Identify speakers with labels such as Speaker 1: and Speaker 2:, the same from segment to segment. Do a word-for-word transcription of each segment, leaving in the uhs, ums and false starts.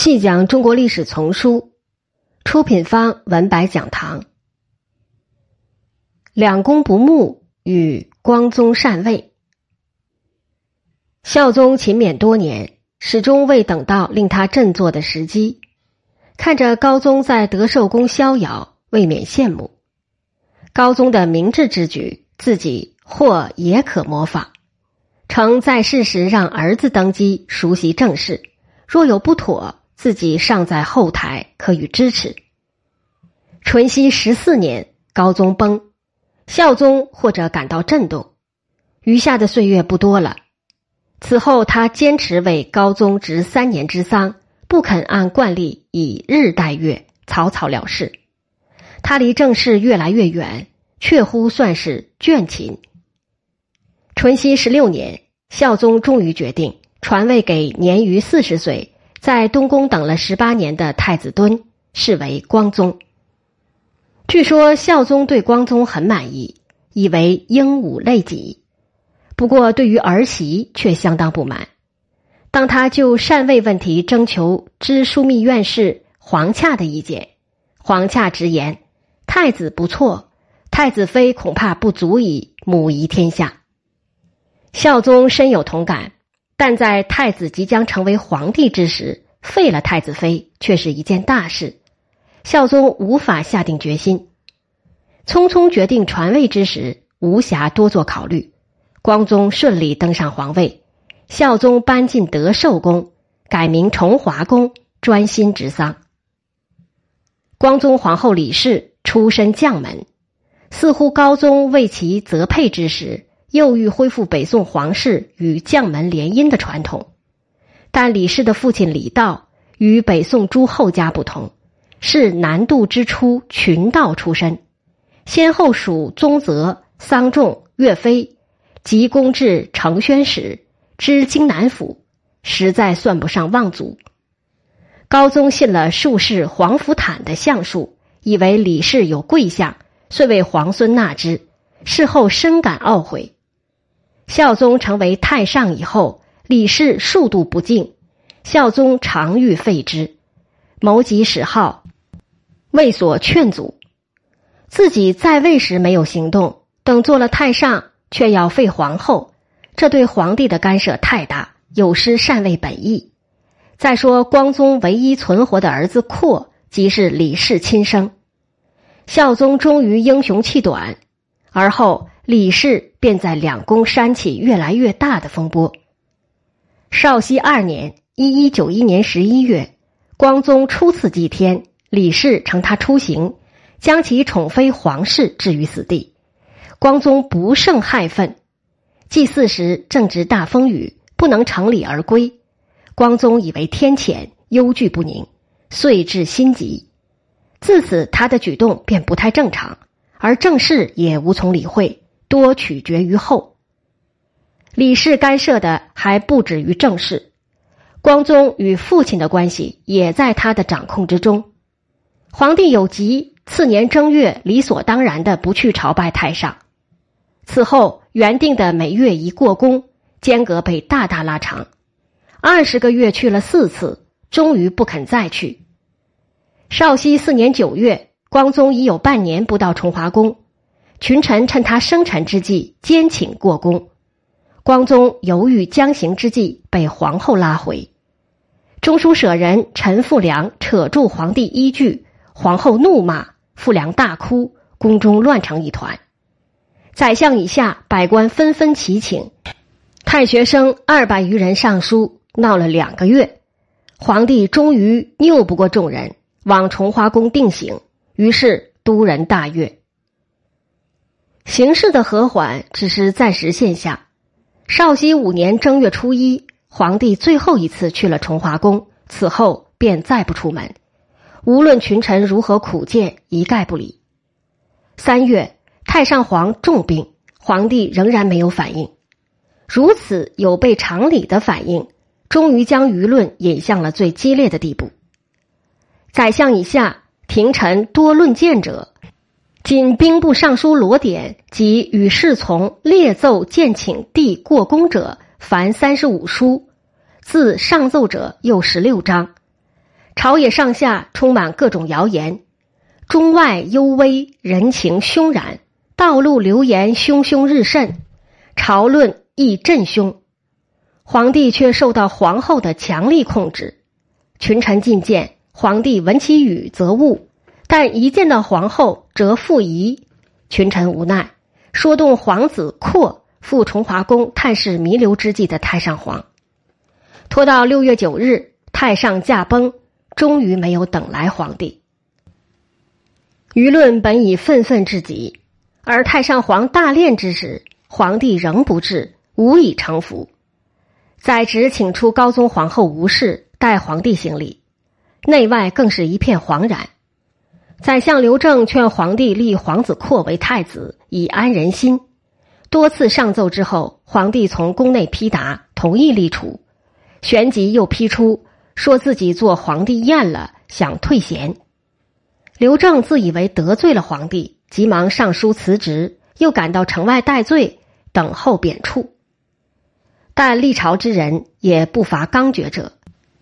Speaker 1: 细讲中国历史丛书，出品方文白讲堂。两公不睦与光宗禅位。孝宗勤勉多年，始终未等到令他振作的时机。看着高宗在德寿宫逍遥，未免羡慕。高宗的明智之举，自己或也可模仿。曾在世时让儿子登基，熟悉政事，若有不妥，自己尚在后台，可予支持。淳熙十四年，高宗崩，孝宗或者感到震动，余下的岁月不多了。此后他坚持为高宗执三年之丧，不肯按惯例以日代月，草草了事。他离政事越来越远，确乎算是倦勤。淳熙十六年，孝宗终于决定传位给年逾四十岁，在东宫等了十八年的太子敦，是为光宗。据说孝宗对光宗很满意，以为鹦鹉类己，不过对于儿媳却相当不满。当他就禅位问题征求知枢密院士黄洽的意见，黄洽直言太子不错，太子妃恐怕不足以母仪天下。孝宗深有同感，但在太子即将成为皇帝之时，废了太子妃却是一件大事，孝宗无法下定决心。匆匆决定传位之时，无暇多做考虑。光宗顺利登上皇位，孝宗搬进德寿宫，改名崇华宫，专心执丧。光宗皇后李氏出身将门，似乎高宗为其择配之时，又欲恢复北宋皇室与将门联姻的传统。但李氏的父亲李道与北宋诸后家不同，是南渡之初群盗出身，先后属宗泽、桑仲、岳飞，及公至承宣使，知京南府，实在算不上望族。高宗信了术士黄福坦的相术，以为李氏有贵相，遂为皇孙纳之，事后深感懊悔。孝宗成为太上以后，李氏数度不敬，孝宗常欲废之，谋及史浩，为所劝阻。自己在位时没有行动，等做了太上却要废皇后，这对皇帝的干涉太大，有失禅位本意。再说光宗唯一存活的儿子廓，即是李氏亲生。孝宗终于英雄气短，而后李氏便在两宫煽起越来越大的风波。绍熙二年一一九一年十一月，光宗初次祭天，李氏乘他出行，将其宠妃皇氏置于死地。光宗不胜害愤，祭祀时正值大风雨，不能乘礼而归。光宗以为天谴，忧惧不宁，遂至心急。自此他的举动便不太正常，而政事也无从理会，多取决于后。李氏干涉的还不止于政事，光宗与父亲的关系也在他的掌控之中。皇帝有急，次年正月理所当然的不去朝拜太上。此后原定的每月一过宫，间隔被大大拉长，二十个月去了四次，终于不肯再去。绍熙四年九月，光宗已有半年不到崇华宫，群臣趁他生辰之际兼请过宫。光宗犹豫将行之际，被皇后拉回。中书舍人陈富良扯住皇帝衣具，皇后怒骂，富良大哭，宫中乱成一团。宰相以下百官纷纷齐请，太学生二百余人上书，闹了两个月。皇帝终于拗不过众人，往崇华宫定刑，于是都人大悦。形势的和缓只是暂时现象。绍熙五年正月初一，皇帝最后一次去了崇华宫，此后便再不出门，无论群臣如何苦谏，一概不理。三月，太上皇重病，皇帝仍然没有反应。如此有悖常理的反应，终于将舆论引向了最激烈的地步。宰相以下廷臣多论谏者，仅兵部尚书罗典及与侍从列奏谏请帝过宫者，凡三十五书，自上奏者又十六章。 朝野上下充满各种谣言，中外幽微，人情凶然，道路流言汹汹日甚，朝论亦震凶。皇帝却受到皇后的强力控制，群臣进谏，皇帝闻其语则恶，但一见到皇后则复疑，群臣无奈，说动皇子括赴崇华宫探视弥留之际的太上皇。拖到六月九日，太上驾崩，终于没有等来皇帝。舆论本已愤愤至极，而太上皇大殓之时，皇帝仍不至，无以成服。宰执请出高宗皇后吴氏代皇帝行礼，内外更是一片惶然。宰相刘正劝皇帝立皇子括为太子，以安人心。多次上奏之后，皇帝从宫内批答，同意立储。旋即又批出，说自己做皇帝厌了，想退闲。刘正自以为得罪了皇帝，急忙上书辞职，又赶到城外戴罪，等候贬黜。但历朝之人也不乏刚决者。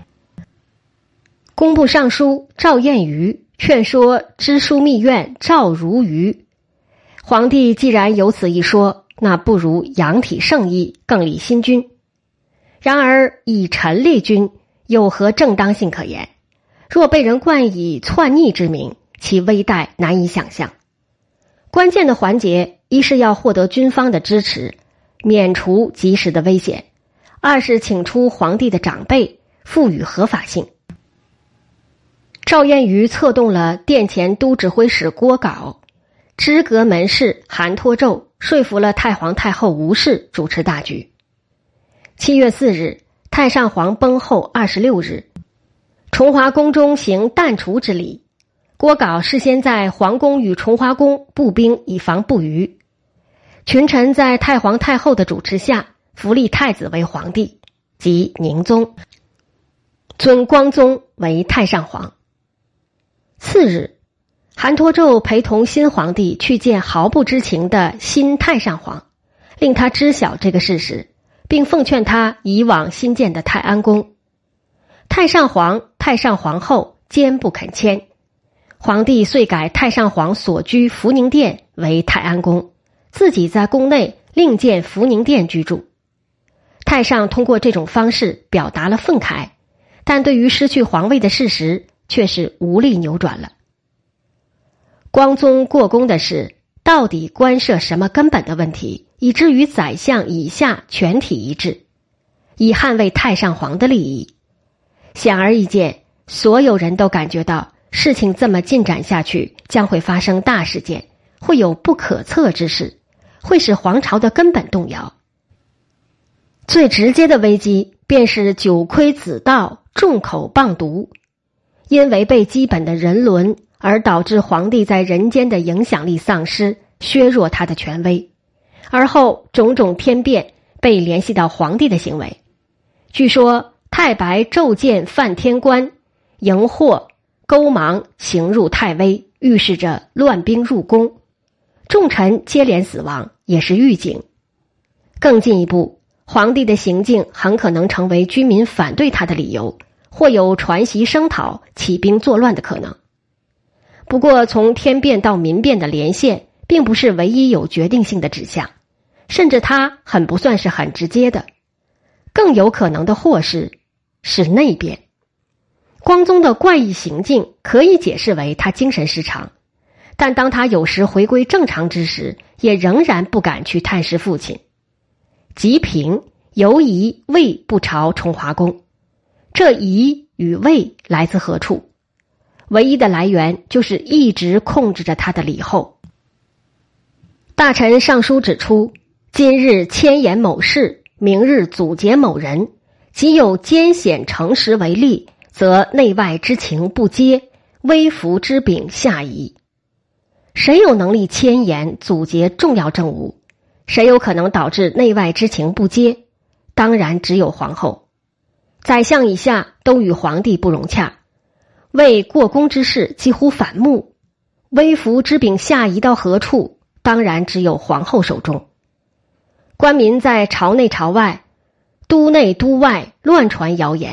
Speaker 1: 工部尚书赵彦瑜劝说知枢密院赵如愚，皇帝既然有此一说，那不如扬体圣意，更理新君。然而以臣立君，有何正当性可言？若被人冠以篡逆之名，其危殆难以想象。关键的环节，一是要获得军方的支持，免除及时的危险；二是请出皇帝的长辈，赋予合法性。赵彦瑜策动了殿前都指挥使郭杲、知阁门事韩托胄，说服了太皇太后吴氏主持大局。七月四日，太上皇崩后二十六日，崇华宫中行旦除之礼。郭杲事先在皇宫与崇华宫布兵，以防不虞。群臣在太皇太后的主持下，扶立太子为皇帝，即宁宗，尊光宗为太上皇。次日，韩托胄陪同新皇帝去见毫不知情的新太上皇，令他知晓这个事实，并奉劝他移往新建的太安宫。太上皇、太上皇后坚不肯迁，皇帝遂改太上皇所居福宁殿为太安宫，自己在宫内另建福宁殿居住。太上通过这种方式表达了愤慨，但对于失去皇位的事实却是无力扭转了。光宗过宫的事到底关涉什么根本的问题，以至于宰相以下全体一致，以捍卫太上皇的利益？显而易见，所有人都感觉到事情这么进展下去，将会发生大事件，会有不可测之事，会使皇朝的根本动摇。最直接的危机便是九亏子盗，众口谤毒，因违背基本的人伦而导致皇帝在人间的影响力丧失，削弱他的权威，而后种种天变被联系到皇帝的行为。据说太白骤见犯天官，荧惑勾芒行入太微，预示着乱兵入宫，众臣接连死亡，也是预警。更进一步，皇帝的行径很可能成为居民反对他的理由，或有传檄声讨、起兵作乱的可能。不过从天变到民变的连线并不是唯一有决定性的指向，甚至它很不算是很直接的。更有可能的祸事是内变。光宗的怪异行径可以解释为他精神失常，但当他有时回归正常之时，也仍然不敢去探视父亲。吉平犹疑魏不朝崇华宫，这疑与魏来自何处？唯一的来源就是一直控制着他的李后。大臣上书指出，今日牵言某事，明日阻截某人，即有奸险诚实为例，则内外之情不接，微服之柄下移。谁有能力牵言阻截重要政务？谁有可能导致内外之情不接？当然只有皇后。宰相以下都与皇帝不融洽，为过宫之事几乎反目，微服之柄下移到何处？当然只有皇后手中。官民在朝内朝外、都内都外乱传谣言，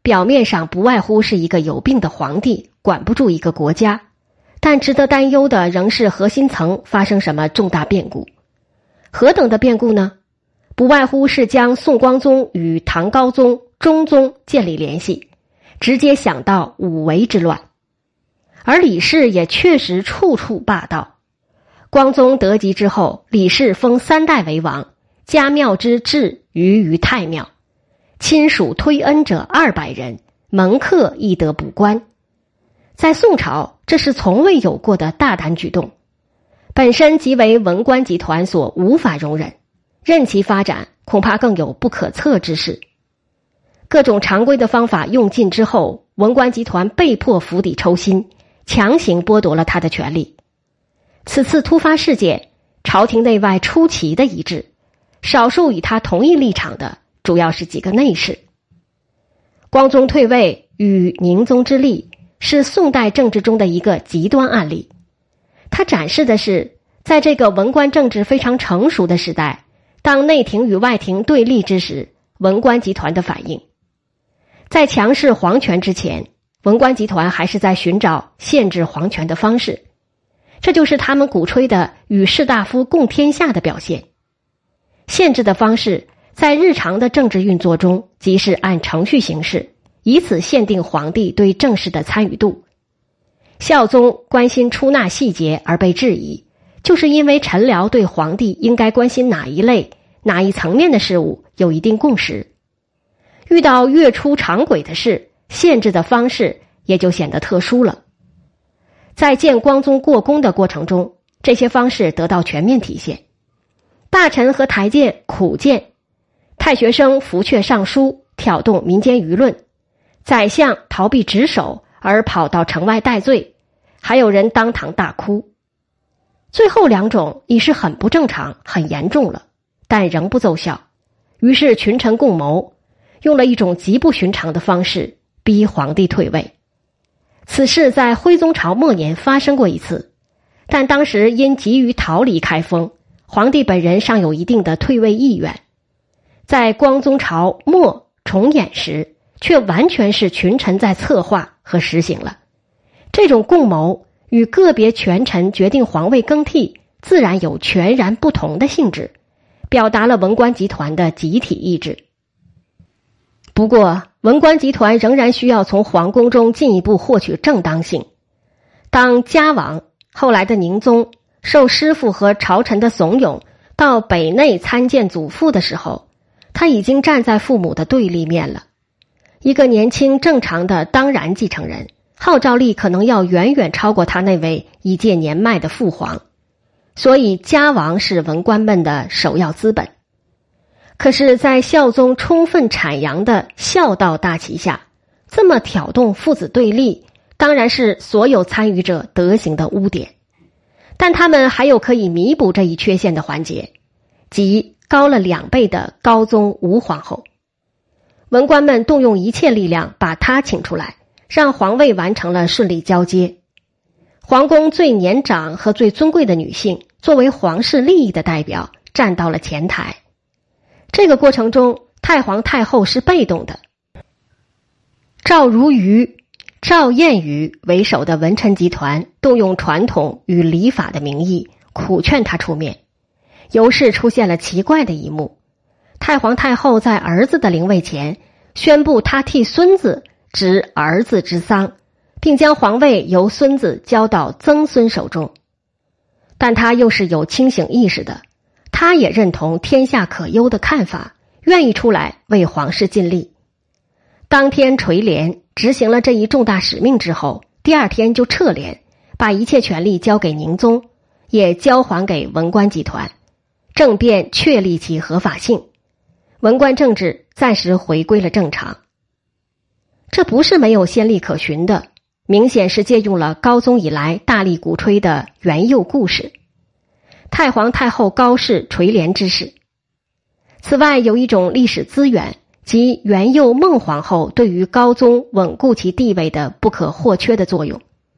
Speaker 1: 表面上不外乎是一个有病的皇帝，管不住一个国家，但值得担忧的仍是核心层发生什么重大变故。何等的变故呢？不外乎是将宋光宗与唐高宗、中宗建立联系，直接想到武维之乱。而李氏也确实处处霸道。光宗得吉之后，李氏封三代为王，加庙之制于于太庙，亲属推恩者二百人，门客亦得补官。在宋朝，这是从未有过的大胆举动，本身即为文官集团所无法容忍，任其发展，恐怕更有不可测之事。各种常规的方法用尽之后，文官集团被迫釜底抽薪，强行剥夺了他的权利。此次突发事件，朝廷内外出奇的一致，少数与他同一立场的主要是几个内侍。光宗退位与宁宗之立是宋代政治中的一个极端案例，它展示的是在这个文官政治非常成熟的时代，当内廷与外廷对立之时，文官集团的反应。在强势皇权之前，文官集团还是在寻找限制皇权的方式，这就是他们鼓吹的与士大夫共天下的表现。限制的方式在日常的政治运作中即是按程序行事，以此限定皇帝对政事的参与度。孝宗关心出纳细节而被质疑，就是因为臣僚对皇帝应该关心哪一类、哪一层面的事物有一定共识。遇到越出常轨的事，限制的方式也就显得特殊了。在见光宗过宫的过程中，这些方式得到全面体现。大臣和台谏苦谏，太学生伏阙上书，挑动民间舆论，宰相逃避职守而跑到城外戴罪，还有人当堂大哭。最后两种已是很不正常、很严重了，但仍不奏效。于是群臣共谋，用了一种极不寻常的方式逼皇帝退位。此事在徽宗朝末年发生过一次，但当时因急于逃离开封，皇帝本人尚有一定的退位意愿。在光宗朝末重演时，却完全是群臣在策划和实行了。这种共谋与个别权臣决定皇位更替，自然有全然不同的性质，表达了文官集团的集体意志。不过，文官集团仍然需要从皇宫中进一步获取正当性。当嘉王，后来的宁宗，受师父和朝臣的怂恿，到北内参见祖父的时候，他已经站在父母的对立面了。一个年轻正常的当然继承人，号召力可能要远远超过他那位已届年迈的父皇，所以嘉王是文官们的首要资本。可是在孝宗充分阐扬的孝道大旗下，这么挑动父子对立，当然是所有参与者德行的污点。但他们还有可以弥补这一缺陷的环节，即高了两倍的高宗吴皇后。文官们动用一切力量把她请出来，让皇位完成了顺利交接。皇宫最年长和最尊贵的女性作为皇室利益的代表站到了前台。这个过程中，太皇太后是被动的。赵如愚、赵彦宇为首的文臣集团动用传统与礼法的名义苦劝他出面，由是出现了奇怪的一幕。太皇太后在儿子的灵位前宣布他替孙子执儿子之丧，并将皇位由孙子交到曾孙手中。但他又是有清醒意识的，他也认同天下可忧的看法，愿意出来为皇室尽力。当天垂帘执行了这一重大使命之后，第二天就撤帘，把一切权力交给宁宗，也交还给文官集团，政变确立其合法性，文官政治暂时回归了正常。这不是没有先例可循的，明显是借用了高宗以来大力鼓吹的元佑故事，太皇太后高氏垂帘之事。此外，有一种历史资源，即元佑孟皇后对于高宗稳固其地位的不可或缺的作用。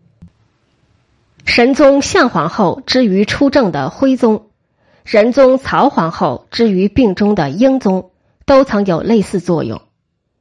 Speaker 1: 神宗相皇后之于出政的徽宗，仁宗曹皇后之于病中的英宗，都曾有类似作用。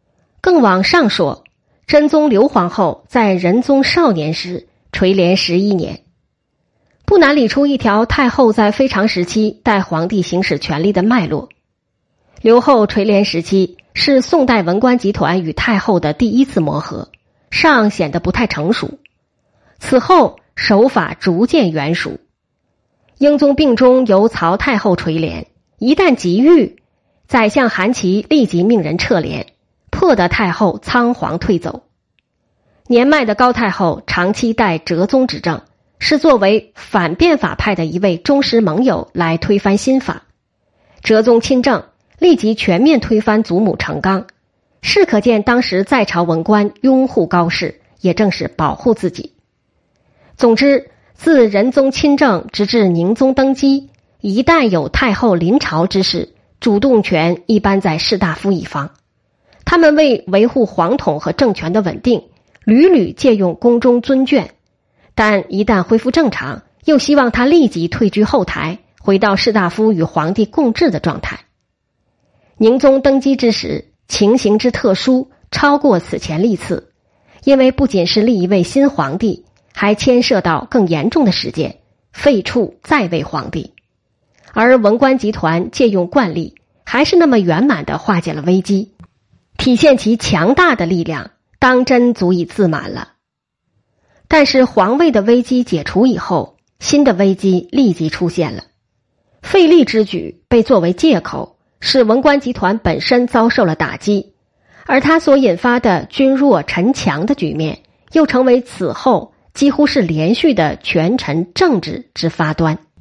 Speaker 1: 更往上说，真宗刘皇后在仁宗少年时垂帘十一年，不难理出一条太后在非常时期代皇帝行使权力的脉络。刘后垂帘时期是宋代文官集团与太后的第一次磨合，尚显得不太成熟。此后手法逐渐圆熟。英宗病中由曹太后垂帘，一旦急愈，宰相韩琦立即命人撤帘，迫得太后仓皇退走。年迈的高太后长期代哲宗执政，是作为反变法派的一位忠实盟友来推翻新法。哲宗亲政，立即全面推翻祖母成纲，是可见当时在朝文官拥护高氏，也正是保护自己。总之，自仁宗亲政直至宁宗登基，一旦有太后临朝之事，主动权一般在士大夫一方。他们为维护皇统和政权的稳定，屡屡借用宫中尊眷，但一旦恢复正常，又希望他立即退居后台，回到士大夫与皇帝共治的状态。宁宗登基之时，情形之特殊，超过此前历次，因为不仅是立一位新皇帝，还牵涉到更严重的事件，废黜在位皇帝。而文官集团借用惯例，还是那么圆满地化解了危机，体现其强大的力量，当真足以自满了。但是皇位的危机解除以后，新的危机立即出现了。废立之举被作为借口，使文官集团本身遭受了打击，而它所引发的君弱臣强的局面，又成为此后几乎是连续的权臣政治之发端。